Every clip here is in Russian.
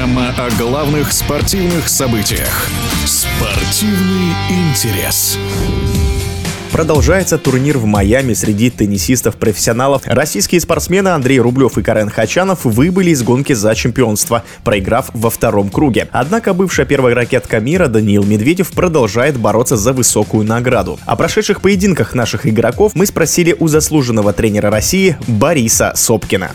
Программа о главных спортивных событиях. Спортивный интерес. Продолжается турнир в Майами среди теннисистов-профессионалов. Российские спортсмены Андрей Рублев и Карен Хачанов выбыли из гонки за чемпионство, проиграв во втором круге. Однако бывшая первая ракетка мира Даниил Медведев продолжает бороться за высокую награду. О прошедших поединках наших игроков мы спросили у заслуженного тренера России Бориса Сопкина.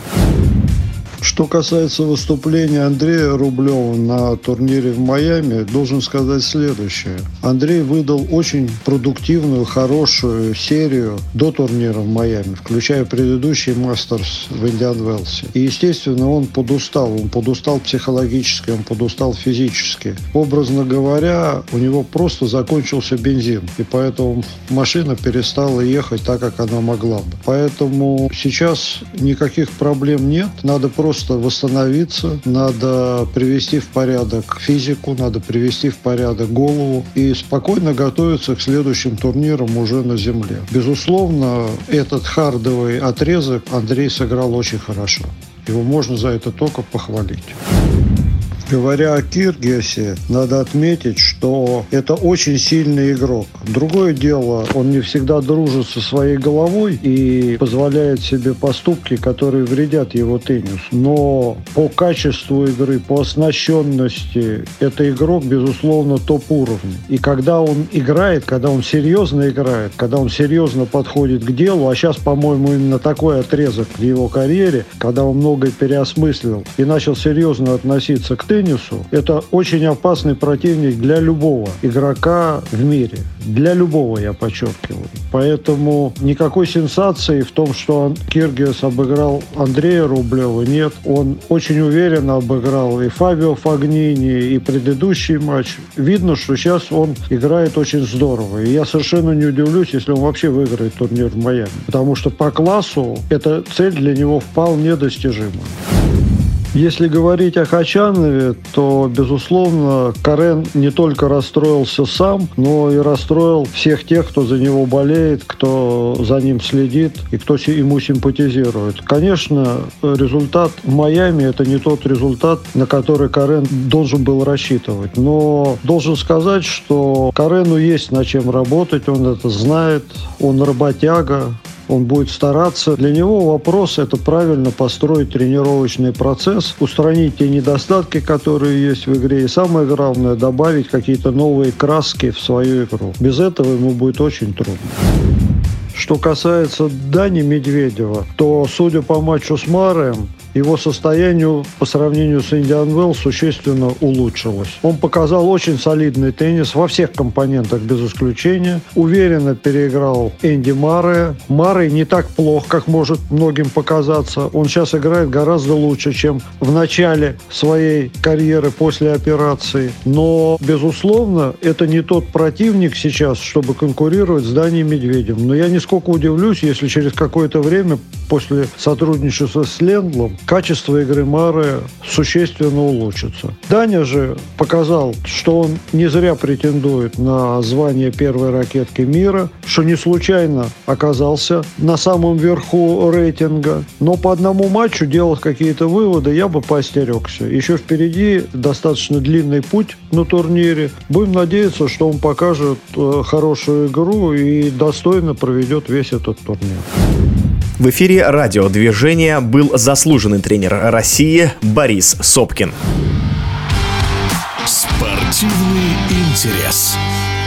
Что касается выступления Андрея Рублева на турнире в Майами, должен сказать следующее. Андрей выдал очень продуктивную, хорошую серию до турнира в Майами, включая предыдущий Мастерс в Индиан Уэллсе. И, естественно, он подустал. Он подустал психологически, он подустал физически. Образно говоря, у него просто закончился бензин. И поэтому машина перестала ехать так, как она могла бы. Поэтому сейчас никаких проблем нет. Надо просто восстановиться, надо привести в порядок физику, надо привести в порядок голову и спокойно готовиться к следующим турнирам уже на земле. Безусловно, этот хардовый отрезок Андрей сыграл очень хорошо. Его можно за это только похвалить. Говоря о Киргиасе, надо отметить, что это очень сильный игрок. Другое дело, он не всегда дружит со своей головой и позволяет себе поступки, которые вредят его теннису. Но по качеству игры, по оснащенности, это игрок, безусловно, топ-уровня. И когда он играет, когда он серьезно играет, когда он серьезно подходит к делу, а сейчас, по-моему, именно такой отрезок в его карьере, когда он многое переосмыслил и начал серьезно относиться к теннису, это очень опасный противник для любого игрока в мире. Для любого, я подчеркиваю. Поэтому никакой сенсации в том, что Киргиас обыграл Андрея Рублева, нет. Он очень уверенно обыграл и Фабио Фогнини, и предыдущий матч. Видно, что сейчас он играет очень здорово. И я совершенно не удивлюсь, если он вообще выиграет турнир в Майами. Потому что по классу эта цель для него вполне достижима. Если говорить о Хачанове, то, безусловно, Карен не только расстроился сам, но и расстроил всех тех, кто за него болеет, кто за ним следит и кто ему симпатизирует. Конечно, результат в Майами – это не тот результат, на который Карен должен был рассчитывать. Но должен сказать, что Карену есть над чем работать, он это знает, он работяга. Он будет стараться. Для него вопрос – это правильно построить тренировочный процесс, устранить те недостатки, которые есть в игре, и самое главное – добавить какие-то новые краски в свою игру. Без этого ему будет очень трудно. Что касается Дани Медведева, то, судя по матчу с Мареем, его состояние по сравнению с Индиан Уэллс существенно улучшилось. Он показал очень солидный теннис во всех компонентах без исключения. Уверенно переиграл Энди Марея. Марей не так плох, как может многим показаться. Он сейчас играет гораздо лучше, чем в начале своей карьеры после операции. Но, безусловно, это не тот противник сейчас, чтобы конкурировать с Данией Медведевым. Но я нисколько удивлюсь, если через какое-то время после сотрудничества с Лендлом качество игры Марея существенно улучшится. Даня же показал, что он не зря претендует на звание первой ракетки мира, что не случайно оказался на самом верху рейтинга. Но по одному матчу делать какие-то выводы я бы поостерегся. Еще впереди достаточно длинный путь на турнире. Будем надеяться, что он покажет хорошую игру и достойно проведет весь этот турнир. В эфире радиодвижения был заслуженный тренер России Борис Сопкин. Спортивный интерес.